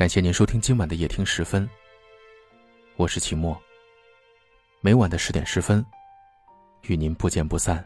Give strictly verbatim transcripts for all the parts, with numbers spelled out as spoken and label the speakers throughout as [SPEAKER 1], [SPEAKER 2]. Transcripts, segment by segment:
[SPEAKER 1] 感谢您收听今晚的夜听十分，我是齐墨。每晚的十点十分，与您不见不散。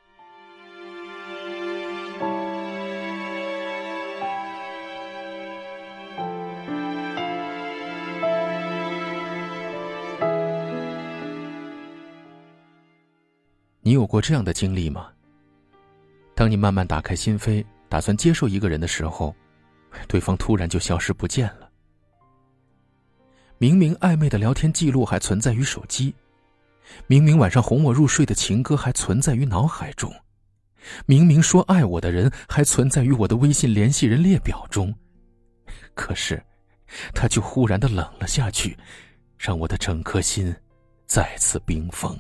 [SPEAKER 1] 你有过这样的经历吗？当你慢慢打开心扉，打算接受一个人的时候，对方突然就消失不见了。明明暧昧的聊天记录还存在于手机，明明晚上哄我入睡的情歌还存在于脑海中，明明说爱我的人还存在于我的微信联系人列表中，可是他就忽然的冷了下去，让我的整颗心再次冰封。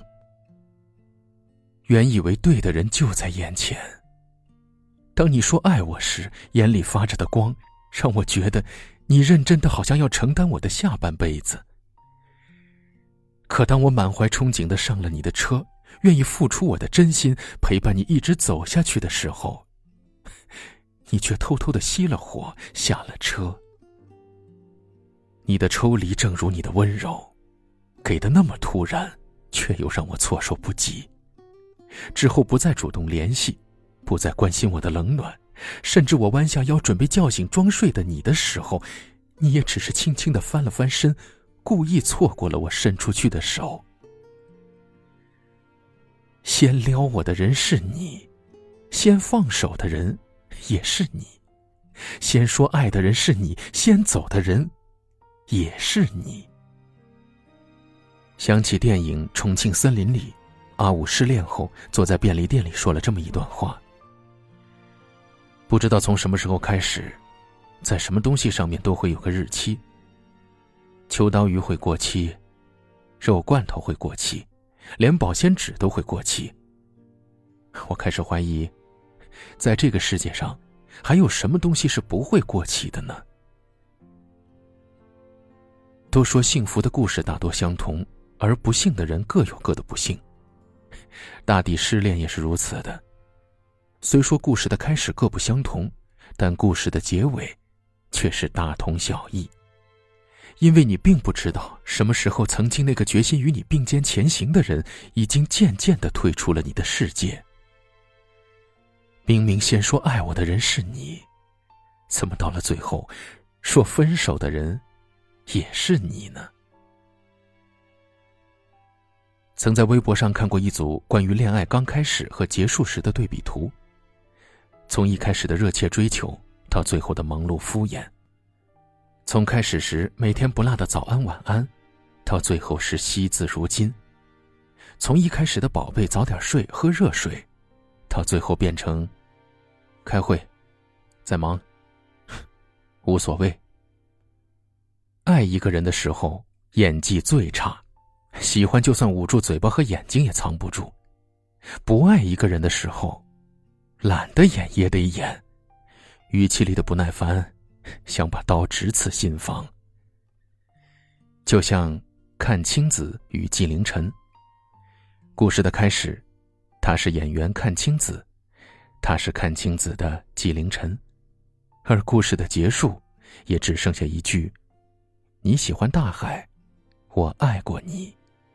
[SPEAKER 1] 原以为对的人就在眼前，当你说爱我时，眼里发着的光让我觉得你认真的好像要承担我的下半辈子。可当我满怀憧憬的上了你的车，愿意付出我的真心陪伴你一直走下去的时候，你却偷偷的熄了火，下了车。你的抽离正如你的温柔，给的那么突然，却又让我措手不及。之后不再主动联系，不再关心我的冷暖，甚至我弯下腰准备叫醒装睡的你的时候，你也只是轻轻地翻了翻身，故意错过了我伸出去的手。先撩我的人是你，先放手的人也是你，先说爱的人是你，先走的人也是你。想起电影《重庆森林》里，阿武失恋后坐在便利店里说了这么一段话。不知道从什么时候开始，在什么东西上面都会有个日期。秋刀鱼会过期，肉罐头会过期，连保鲜纸都会过期。我开始怀疑，在这个世界上还有什么东西是不会过期的呢？都说幸福的故事大多相同，而不幸的人各有各的不幸。大抵失恋也是如此的，虽说故事的开始各不相同，但故事的结尾却是大同小异。因为你并不知道什么时候曾经那个决心与你并肩前行的人已经渐渐地退出了你的世界。明明先说爱我的人是你，怎么到了最后说分手的人也是你呢？曾在微博上看过一组关于恋爱刚开始和结束时的对比图，从一开始的热切追求到最后的忙碌敷衍，从开始时每天不落的早安晚安，到最后是惜字如金，从一开始的宝贝早点睡喝热水，到最后变成开会在忙无所谓。爱一个人的时候演技最差，喜欢就算捂住嘴巴和眼睛也藏不住。不爱一个人的时候，懒得演也得演，语气里的不耐烦想把刀直刺心房。就像阚清子与纪凌尘，故事的开始，他是演员阚清子，他是阚清子的纪凌尘，而故事的结束也只剩下一句：你喜欢大海，我爱过你。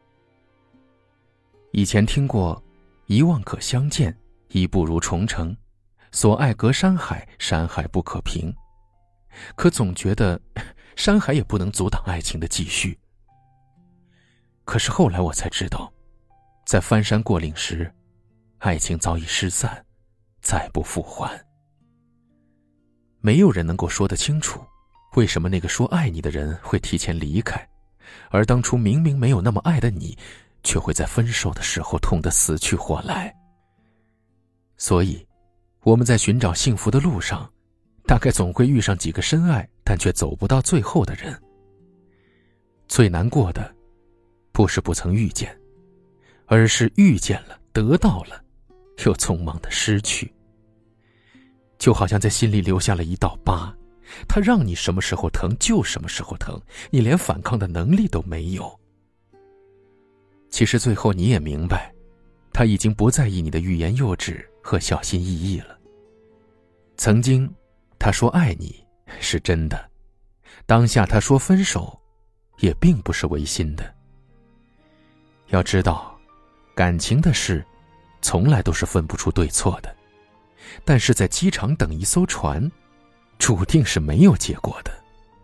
[SPEAKER 1] 以前听过一望可相见，亦不如重城，所爱隔山海，山海不可平。可总觉得山海也不能阻挡爱情的继续。可是后来我才知道，在翻山过岭时，爱情早已失散，再不复还。没有人能够说得清楚，为什么那个说爱你的人会提前离开，而当初明明没有那么爱的你，却会在分手的时候痛得死去活来。所以我们在寻找幸福的路上，大概总会遇上几个深爱但却走不到最后的人。最难过的不是不曾遇见，而是遇见了得到了，又匆忙的失去。就好像在心里留下了一道疤，它让你什么时候疼就什么时候疼，你连反抗的能力都没有。其实最后你也明白，他已经不在意你的欲言又止和小心翼翼了。曾经他说爱你是真的， 当下他说分手，也并不是违心的。要知道，感情的事，从来都是分不出对错的。但是在机场等一艘船，注定是没有结果的。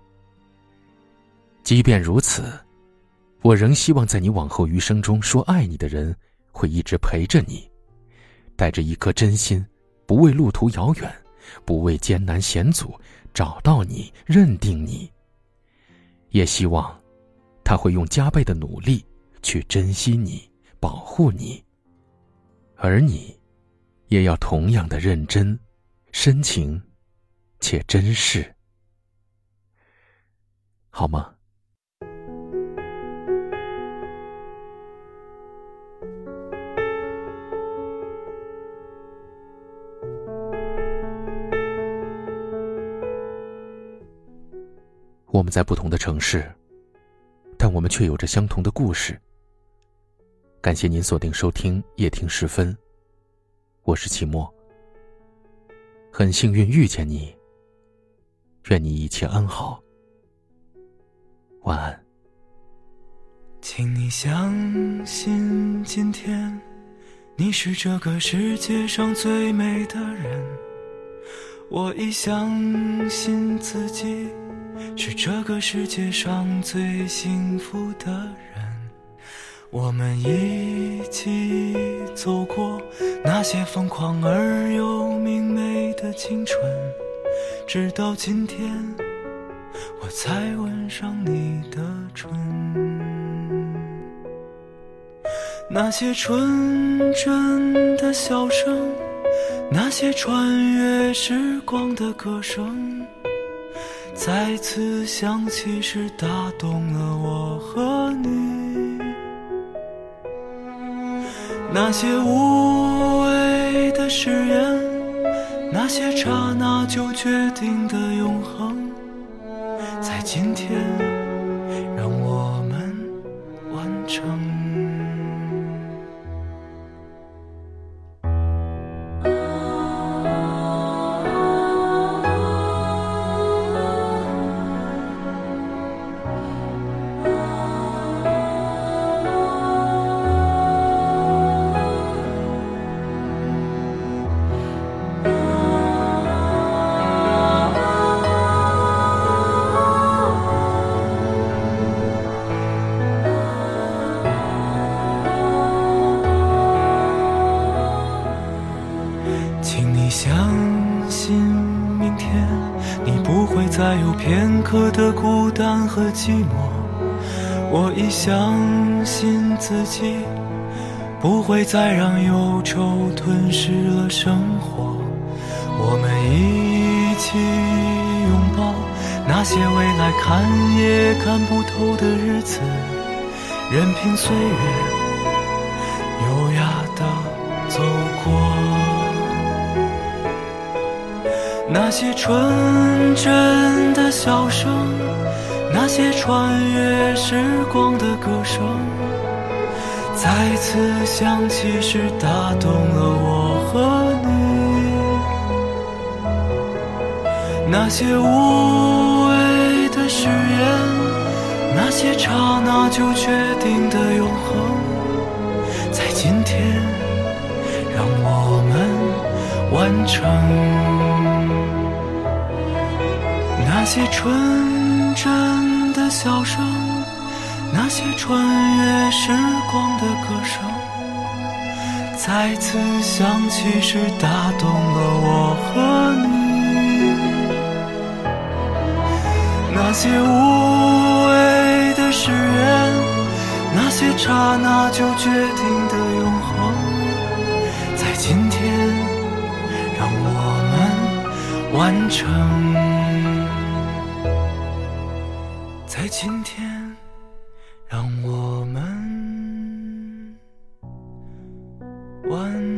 [SPEAKER 1] 即便如此，我仍希望在你往后余生中说爱你的人会一直陪着你，带着一颗真心，不为路途遥远，不畏艰难险阻，找到你，认定你。也希望他会用加倍的努力去珍惜你，保护你，而你也要同样的认真、深情且珍视，好吗？我们在不同的城市，但我们却有着相同的故事。感谢您锁定收听夜听时分，我是齐墨。很幸运遇见你，愿你一切安好，晚安。
[SPEAKER 2] 请你相信今天你是这个世界上最美的人，我已相信自己是这个世界上最幸福的人。我们一起走过那些疯狂而又明媚的青春，直到今天我才吻上你的唇。那些纯真的笑声，那些穿越时光的歌声，再次响起时打动了我和你。那些无谓的誓言，那些刹那就决定的永恒，在今天让我们完成。相信明天你不会再有片刻的孤单和寂寞，我已相信自己不会再让忧愁吞噬了生活。我们一起拥抱那些未来看也看不透的日子，任凭岁月优雅地走过。那些纯真的笑声，那些穿越时光的歌声，再次响起时打动了我和你。那些无谓的誓言，那些刹那就决定的永恒，在今天让我们完成。那些纯真的笑声，那些穿越时光的歌声，再次响起时打动了我和你。那些无谓的誓言，那些刹那就决定的永恒，在今天让我们完成。在今天让我们完